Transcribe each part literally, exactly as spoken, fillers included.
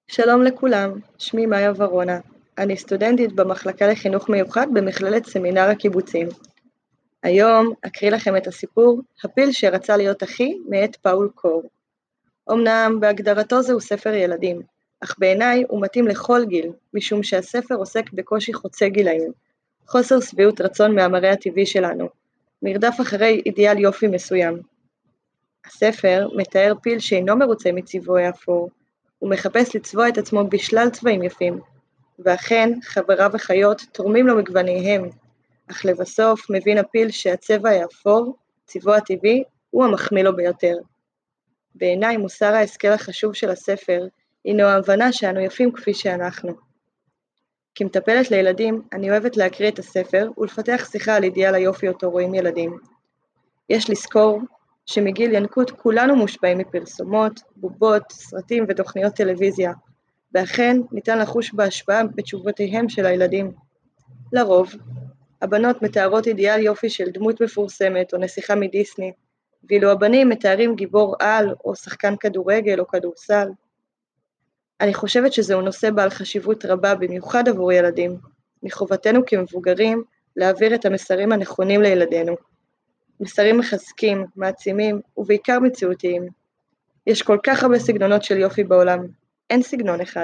שלום לכולם, שמי מאיה ורונה. אני סטודנטית במחלקה לחינוך מיוחד במכללת סמינר הקיבוצים. היום אקריא לכם את הסיפור "הפיל שרצה להיות אחי" מאת פאול קור. אמנם בהגדרתו זהו ספר ילדים, אך בעיניי הוא מתאים לכל גיל, משום שהספר עוסק בקושי חוצה גילאים, חוסר שביעות רצון מהמראה הטבעי שלנו, מרדף אחרי אידיאל יופי מסוים. הספר מתאר פיל שאינו מרוצה מצבעו האפור, הוא מחפש לצבוע את עצמו בשלל צבעים יפים, ואכן חבריו וחיות תורמים לו מגווניהם, אך לבסוף מבין הפיל שהצבע האפור, צבעו הטבעי, הוא המחמיא לו ביותר. בעיניי מוסר ההשכל החשוב של הספר, הינו ההבנה שאנו יפים כפי שאנחנו. כמטפלת לילדים, אני אוהבת להקריא את הספר ולפתח שיחה על אידיאל היופי אותו רואים ילדים. יש לזכור שמגיל ינקות כולנו מושפעים מפרסומות, בובות, סרטים ותוכניות טלוויזיה, ואכן ניתן לחוש בהשפעה בתשובותיהם של הילדים. לרוב, הבנות מתארות אידיאל יופי של דמות מפורסמת או נסיכה מדיסני, ואילו הבנים מתארים גיבור על או שחקן כדורגל או כדורסל. אני חושבת שזהו נושא בעל חשיבות רבה במיוחד עבור ילדים, מחובתנו כמבוגרים להעביר את המסרים הנכונים לילדינו. מסרים מחזקים, מעצימים ובעיקר מציאותיים. יש כל כך הרבה סגנונות של יופי בעולם, אין סגנון אחד.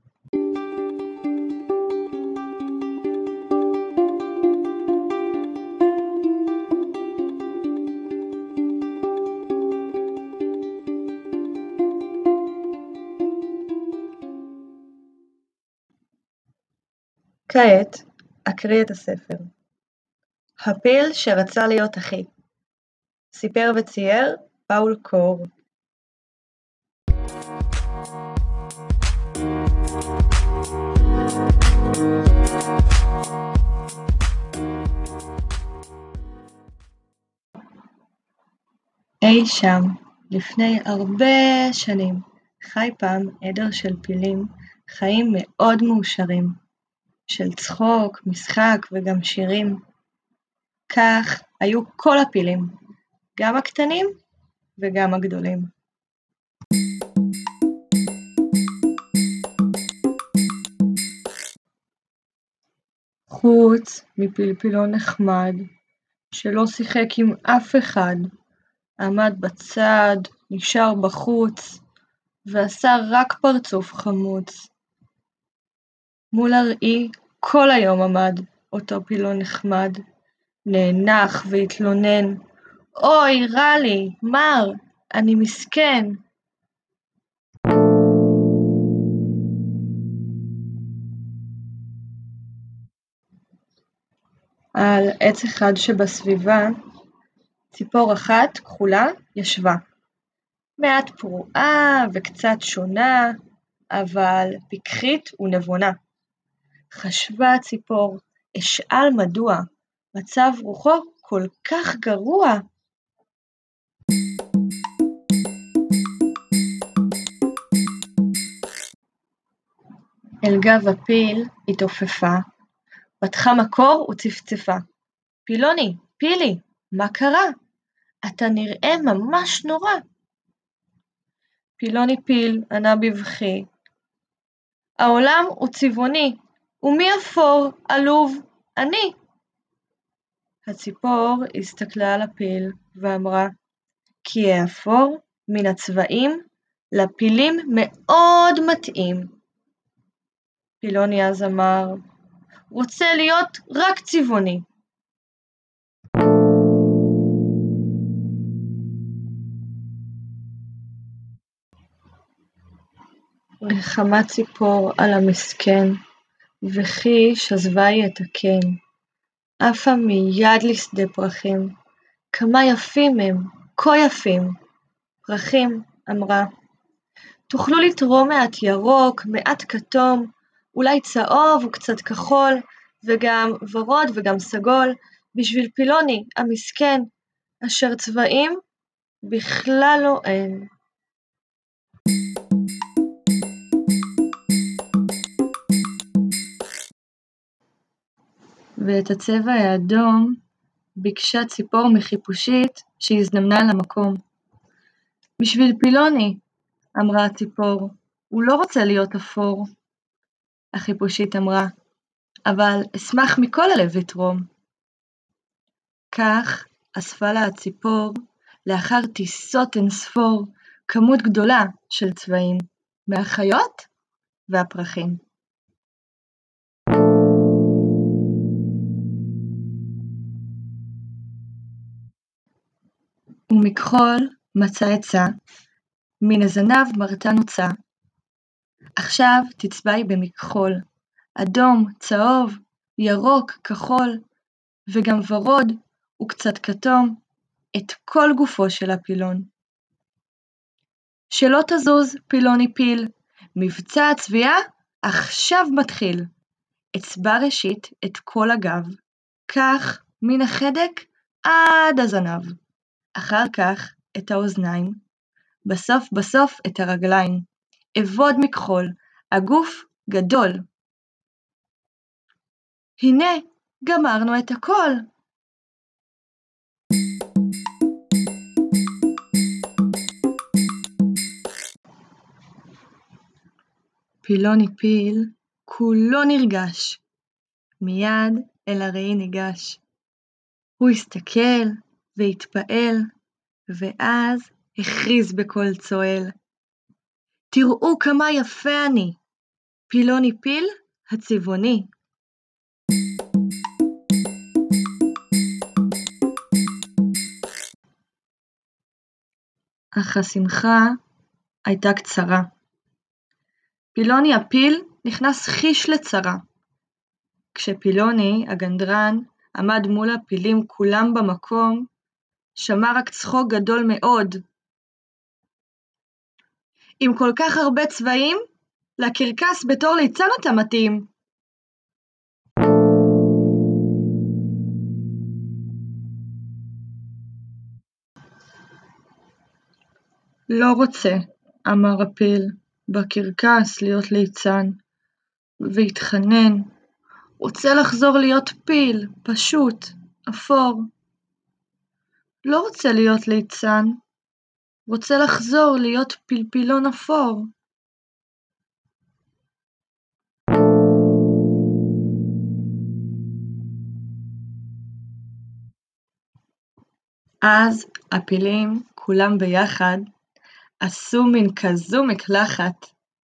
כעת אקריא את הספר. הפיל שרצה להיות אחי. סיפר וצייר פאול קור. אי שם, לפני הרבה שנים, חי פעם עדר של פילים, חיים מאוד מאושרים, של צחוק, משחק וגם שירים. כך היו כל הפילים, גם הקטנים וגם הגדולים. חוץ מפלפילון נחמד, שלא שיחק עם אף אחד, עמד בצד, נשאר בחוץ, ועשה רק פרצוף חמוץ. מול הראי כל היום עמד אותו פילון נחמד, נאנח והתלונן, אוי רע לי, מר, אני מסכן. על עץ אחד שבסביבה, ציפור אחת כחולה ישבה, מעט פרועה וקצת שונה, אבל פיקחית ונבונה. חשבה הציפור, אשאל מדוע, מצב רוחו כל כך גרוע. אל גב הפיל התעופפה, פתחה מקור וצפצפה. פילוני, פילי, מה קרה? אתה נראה ממש נורא. פילוני פיל ענה בבכי, העולם הוא צבעוני, ומי אפור, עלוב, אני. הציפור הסתכלה על הפיל ואמרה, כי האפור מן הצבעים לפילים מאוד מתאים. פילוני אז אמר, רוצה להיות רק צבעוני. רחמה ציפור על המסכן, וכי שזבה היא את הקן. עפה מיד לשדה פרחים, כמה יפים הם, כה יפים. פרחים, אמרה, תוכלו לתרום מעט ירוק, מעט כתום, אולי צהוב וקצת כחול, וגם ורוד וגם סגול, בשביל פילוני המסכן, אשר צבעים בכלל לא אין. ואת הצבע האדום ביקשה ציפור מחיפושית שהזדמנה למקום. בשביל פילוני, אמרה הציפור, הוא לא רוצה להיות אפור. החיפושית אמרה, אבל אשמח מכל הלב לתרום. כך אספה לה הציפור, לאחר טיסות אינספור, כמות גדולה של צבעים, מהחיות והפרחים. ומכחול מצא עצה, מן הזנב מרתה נוצה. עכשיו תצבעי במכחול, אדום, צהוב, ירוק, כחול, וגם ורוד וקצת כתום, את כל גופו של הפילון. שלא תזוז פילוני פיל, מבצע הצביעה עכשיו מתחיל. אצבע ראשית את כל הגב, כך מן החדק עד הזנב. אחר כך את האוזניים, בסוף בסוף את הרגליים. אבוד מכחול, הגוף גדול. הנה, גמרנו את הכל. פילוני פיל כולו נרגש, מיד אל הראי ניגש. הוא הסתכל והתפעל, ואז הכריז בקול צועל. תראו כמה יפה אני, פילוני פיל הצבעוני. אך השמחה הייתה קצרה. פילוני הפיל נכנס חיש לצרה. כשפילוני הגנדרן עמד מול הפילים כולם במקום, שמע רק צחוק גדול מאוד. עם כל כך הרבה צבעים, לקרקס בתור ליצן אתה מתאים. לא רוצה, אמר הפיל, בקרקס להיות ליצן, והתחנן. רוצה לחזור להיות פיל, פשוט, אפור. לא רוצה להיות ליצן, רוצה לחזור להיות פלפילון אפור. אז הפילים, כולם ביחד, עשו מין כזו מקלחת.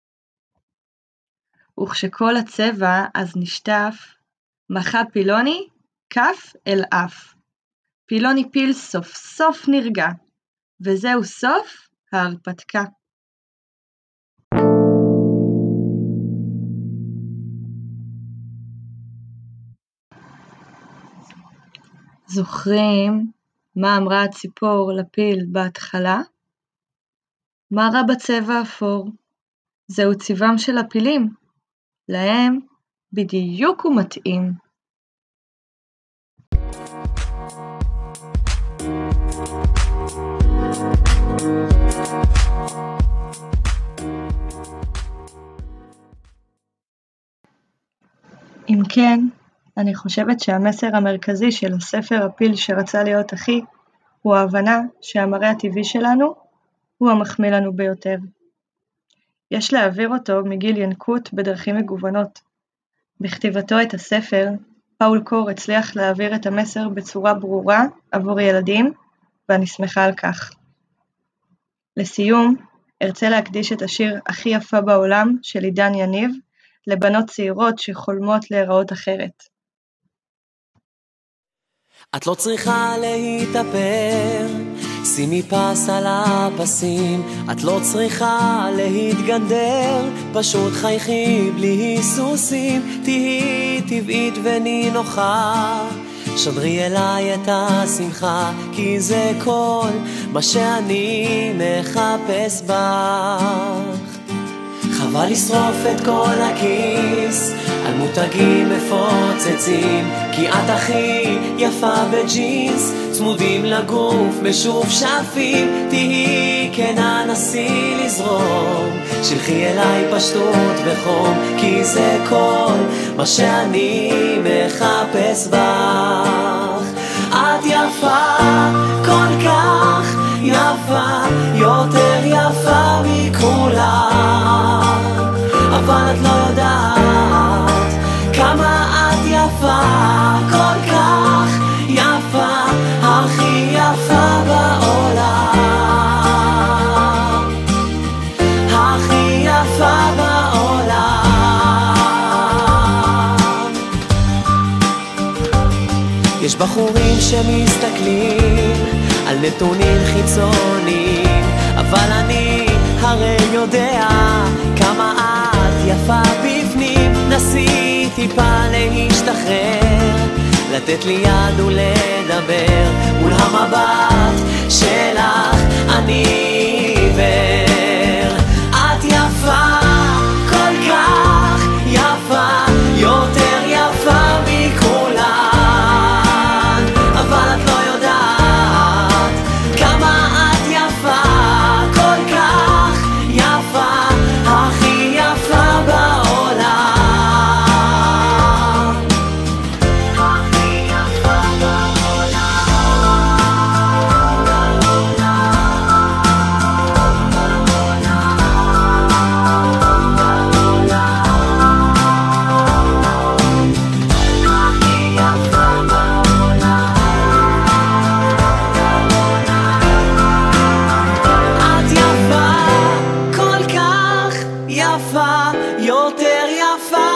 וכשכל הצבע אז נשטף, מחה פילוני כף אל אף. פילוני פיל סוף סוף נרגע, וזהו סוף ההרפתקה. זוכרים מה אמרה הציפור לפיל בהתחלה? מה רע בצבע אפור? זהו צבעם של הפילים. להם בדיוק הוא מתאים. אם כן, אני חושבת שהמסר המרכזי של הספר הפיל שרצה להיות אחי, הוא ההבנה שהמראה הטבעי שלנו הוא המחמיא לנו ביותר. יש להעביר אותו מגיל ינקות בדרכים מגוונות. בכתיבתו את הספר, פאול קור הצליח להעביר את המסר בצורה ברורה עבור ילדים, ואני שמחה על כך. לסיום, ארצה להקדיש את השיר הכי יפה בעולם של עידן יניב, לבנות צעירות שחולמות להיראות אחרת. את לא צריכה להתאפר, שימי פס על הפסים. את לא צריכה להתגנדר, פשוט חייכי בלי היסוסים. תהי טבעית ונינוחה, שדרי אליי את השמחה, כי זה כל מה שאני מחפש בך. חבל לשרוף את כל הכיס על מותגים מפוצצים, כי את הכי יפה בג'ינס, צמודים לגוף משופשפים. תהי כנה, נסי לזרום, שלחי אליי פשטות וחום, כי זה כל מה שאני מחפש בך. את יפה, כל כך יפה, יותר יפה מכולם. בחורים שמסתכלים על נתונים חיצוניים, אבל אני הרי יודע כמה את יפה בפנים. נסי טיפה להשתחרר, לתת לי יד ולדבר מול המבט שלך. אני עיוור, את יפה, כל כך יפה, יותר יפה מכולן, אבל את לא יודעת כמה את יפה, כל כך יפה, הכי יפה בעולם, הכי יפה יותר יפה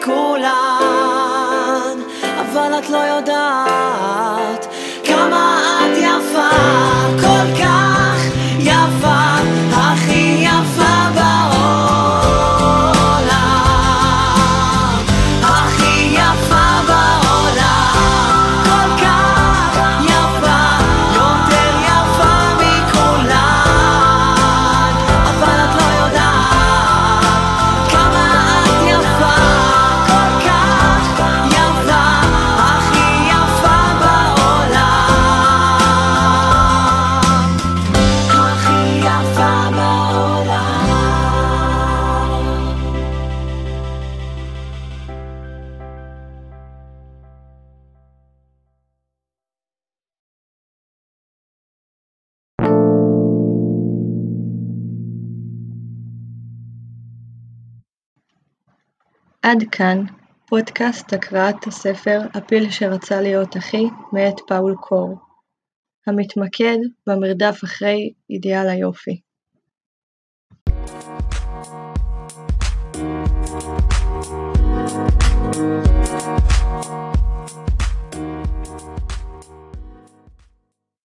מכולן, אבל את לא יודעת כמה את יפה, כל כך יפה, הכי יפה בעולם, הכי יפה בעולם, כל כך יפה, יותר יפה מכולן, אבל את לא יודעת כמה את יפה, כל כך יפה, הכי יפה בעולם, הכי יפה בעולם. עד כאן פודקאסט הקראת הספר הפיל שרצה להיות אחי מאת פאול קור, המתמקד במרדף אחרי אידיאל היופי.